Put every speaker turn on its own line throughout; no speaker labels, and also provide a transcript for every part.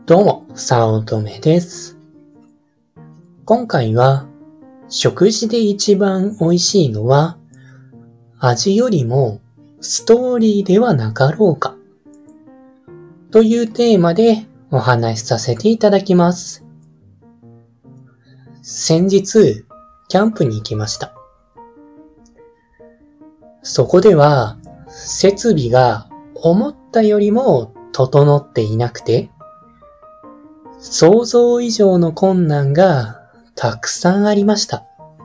どうも、早乙女です。今回は、食事で一番美味しいのは、味よりもストーリーではなかろうか、というテーマでお話しさせていただきます。先日、キャンプに行きました。そこでは、設備が思ったよりも整っていなくて、想像以上の困難がたくさんありました。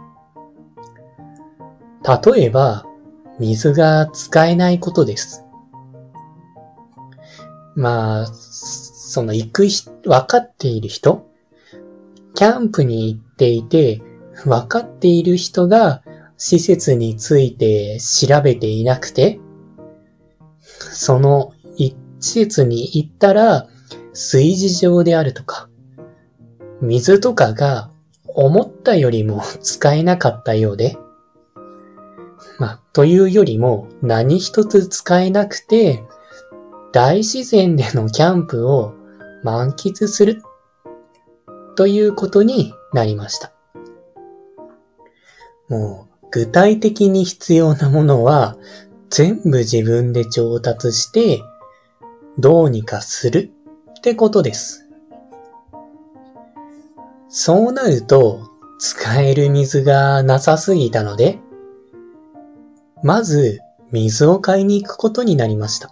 例えば、水が使えないことです。分かっている人、キャンプに行っていて、分かっている人が施設について調べていなくて、その施設に行ったら、炊事場であるとか、水とかが思ったよりも使えなかったようで、というよりも何一つ使えなくて、大自然でのキャンプを満喫するということになりました。もう具体的に必要なものは全部自分で調達してどうにかするってことです。そうなると使える水がなさすぎたので、まず水を買いに行くことになりました。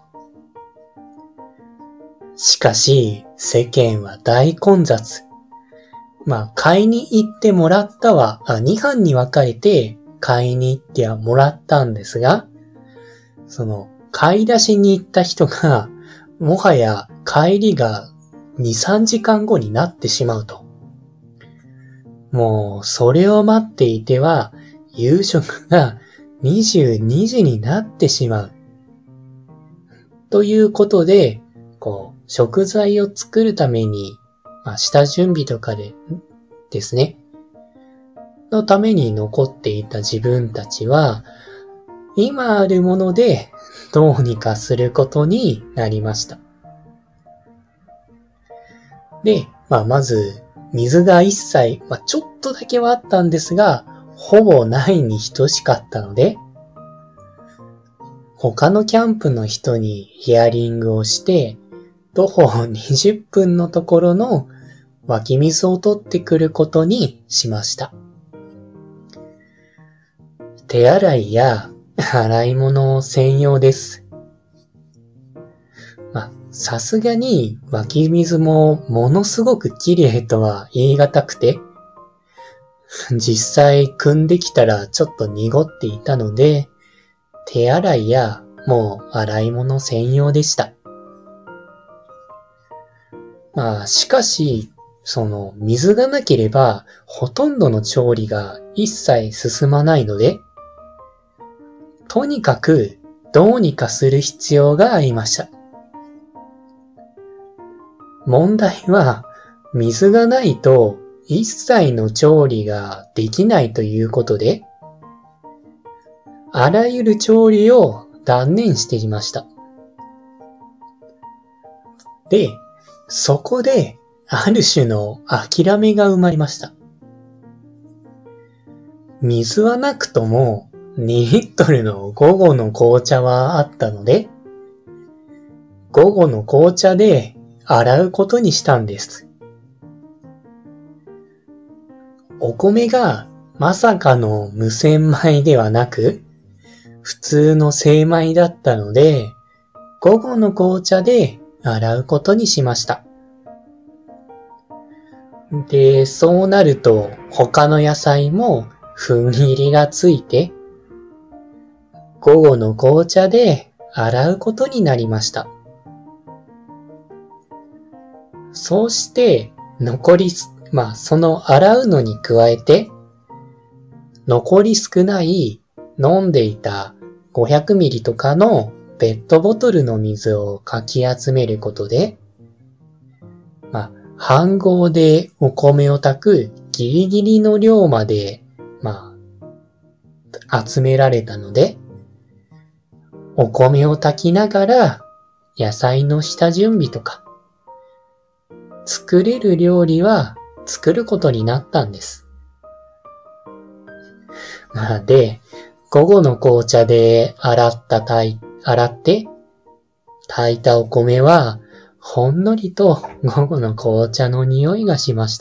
しかし世間は大混雑。買いに行ってもらったは、2班に分かれて買いに行ってはもらったんですが、その買い出しに行った人が、もはや帰りが2、3時間後になってしまうと。もうそれを待っていては、夕食が22時になってしまう。ということで、食材を作るために、下準備とかですね、のために残っていた自分たちは、今あるものでどうにかすることになりました。で、まず、水が一切、ちょっとだけはあったんですが、ほぼないに等しかったので、他のキャンプの人にヒアリングをして、徒歩20分のところの湧き水を取ってくることにしました。手洗いや洗い物専用です。さすがに湧き水もものすごく綺麗とは言い難くて、実際汲んできたらちょっと濁っていたので、手洗いやもう洗い物専用でした。しかし、水がなければほとんどの調理が一切進まないので、とにかくどうにかする必要がありました。問題は、水がないと一切の調理ができないということで、あらゆる調理を断念していました。で、そこである種の諦めが生まれました。水はなくとも2リットルの午後の紅茶はあったので、午後の紅茶で洗うことにしたんです。お米がまさかの無洗米ではなく、普通の精米だったので、午後の紅茶で洗うことにしました。で、そうなると他の野菜も粉入りがついて、午後の紅茶で洗うことになりました。そうして、その洗うのに加えて、残り少ない飲んでいた500ミリとかのペットボトルの水をかき集めることで、飯盒でお米を炊くギリギリの量まで、集められたので、お米を炊きながら野菜の下準備とか、 作れる料理は作ることになったんです。で、午後の紅茶で洗って炊いたお米はほんのりと午後の紅茶の匂いがしました。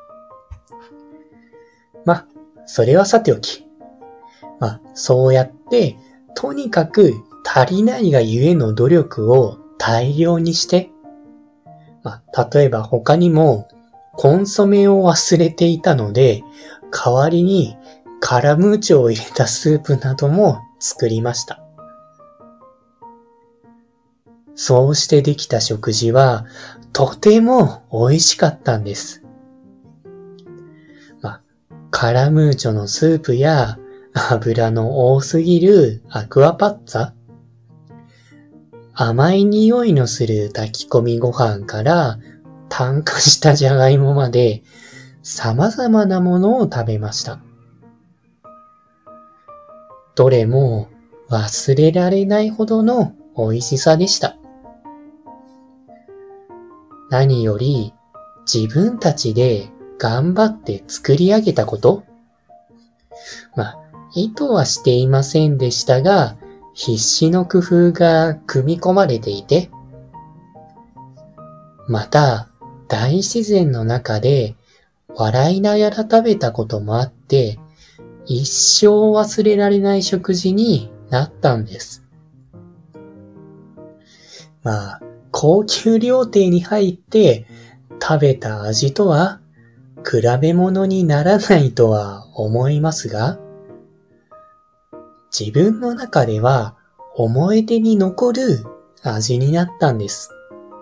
それはさておき。そうやってとにかく足りないがゆえの努力を大量にして、例えば他にもコンソメを忘れていたので、代わりにカラムーチョを入れたスープなども作りました。そうしてできた食事はとても美味しかったんです。カラムーチョのスープや油の多すぎるアクアパッツァ、甘い匂いのする炊き込みご飯から炭化したじゃがいもまで様々なものを食べました。どれも忘れられないほどの美味しさでした。何より自分たちで頑張って作り上げたこと、意図はしていませんでしたが、必死の工夫が組み込まれていて、また大自然の中で笑いながら食べたこともあって、一生忘れられない食事になったんです。高級料亭に入って食べた味とは比べ物にならないとは思いますが、自分の中では思い出に残る味になったんです。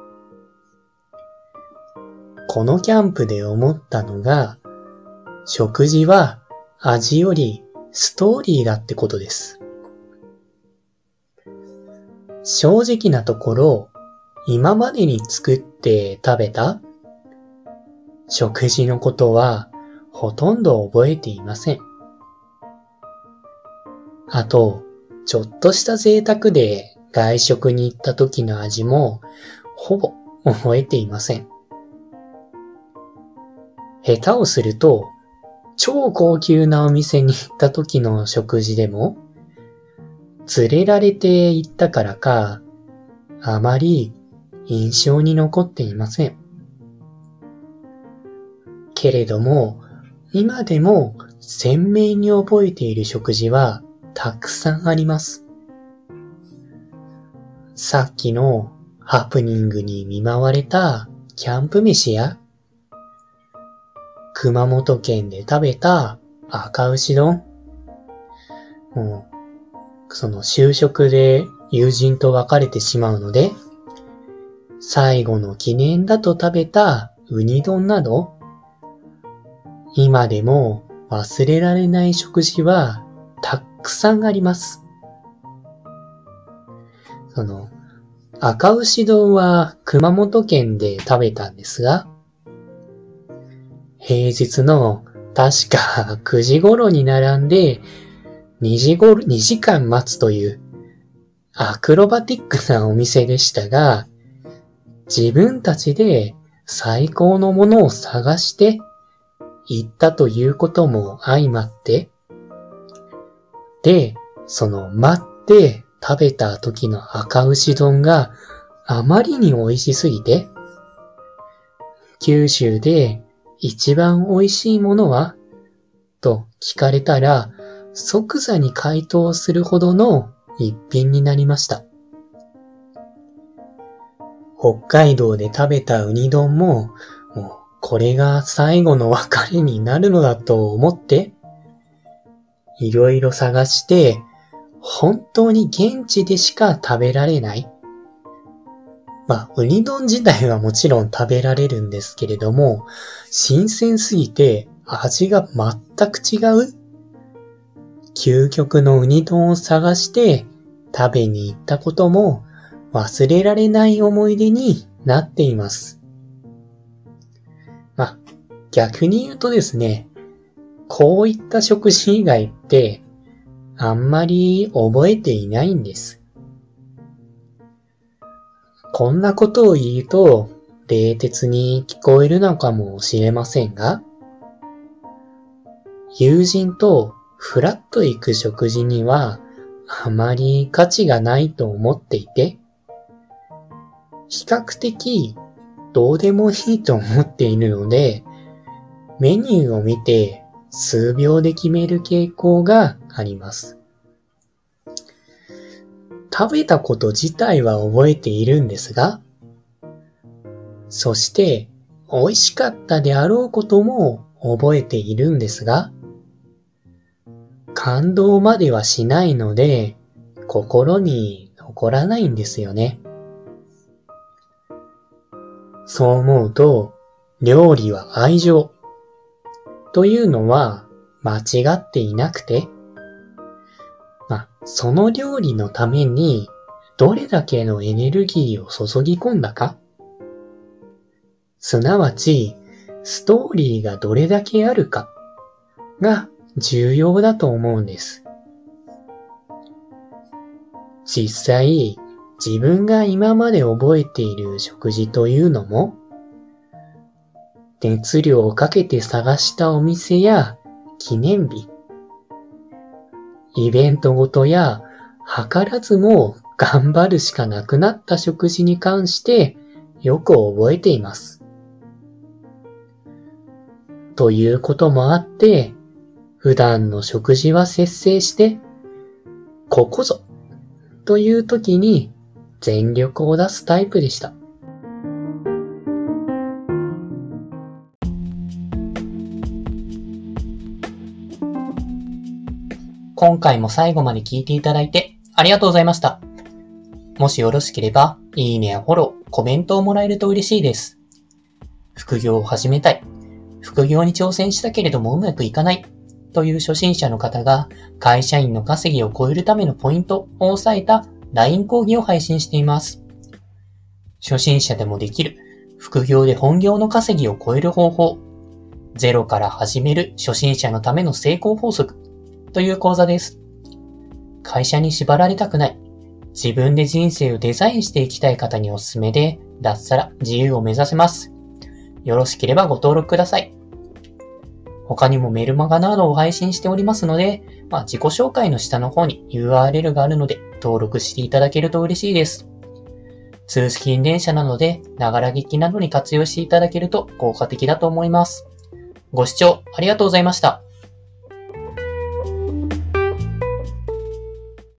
このキャンプで思ったのが、食事は味よりストーリーだってことです。正直なところ、今までに作って食べた食事のことはほとんど覚えていません。あと、ちょっとした贅沢で外食に行った時の味もほぼ覚えていません。下手をすると、超高級なお店に行った時の食事でも、連れられて行ったからか、あまり印象に残っていません。けれども、今でも鮮明に覚えている食事はたくさんあります。さっきのハプニングに見舞われたキャンプ飯や、熊本県で食べた赤牛丼、その就職で友人と別れてしまうので、最後の記念だと食べたウニ丼など、今でも忘れられない食事はたくさんあります。赤牛丼は熊本県で食べたんですが、平日の確か9時頃に並んで2時間待つというアクロバティックなお店でしたが、自分たちで最高のものを探して行ったということも相まって、で、待って食べた時の赤牛丼があまりに美味しすぎて、九州で一番美味しいものはと聞かれたら即座に回答するほどの一品になりました。北海道で食べたウニ丼も、これが最後の別れになるのだと思って、いろいろ探して、本当に現地でしか食べられない。ウニ丼自体はもちろん食べられるんですけれども、新鮮すぎて味が全く違う究極のウニ丼を探して食べに行ったことも忘れられない思い出になっています。逆に言うとですね、こういった食事以外ってあんまり覚えていないんです。こんなことを言うと冷徹に聞こえるのかもしれませんが、友人とフラッと行く食事にはあまり価値がないと思っていて、比較的どうでもいいと思っているので、メニューを見て数秒で決める傾向があります。食べたこと自体は覚えているんですが、そして美味しかったであろうことも覚えているんですが、感動まではしないので、心に残らないんですよね。そう思うと、料理は愛情というのは間違っていなくて、その料理のためにどれだけのエネルギーを注ぎ込んだか、すなわちストーリーがどれだけあるかが重要だと思うんです。実際、自分が今まで覚えている食事というのも、熱量をかけて探したお店や記念日、イベントごとや図らずも頑張るしかなくなった食事に関してよく覚えています。ということもあって、普段の食事は節制して、ここぞという時に全力を出すタイプでした。今回も最後まで聞いていただいてありがとうございました。もしよろしければ、いいねやフォロー、コメントをもらえると嬉しいです。副業を始めたい、副業に挑戦したけれどもうまくいかないという初心者の方が会社員の稼ぎを超えるためのポイントを押さえた LINE 講義を配信しています。初心者でもできる副業で本業の稼ぎを超える方法、ゼロから始める初心者のための成功法則という講座です。会社に縛られたくない、自分で人生をデザインしていきたい方におすすめで、脱サラ自由を目指せます。よろしければご登録ください。他にもメルマガなどを配信しておりますので、自己紹介の下の方に URL があるので登録していただけると嬉しいです。通勤電車なので、ながら聞きなどに活用していただけると効果的だと思います。ご視聴ありがとうございました。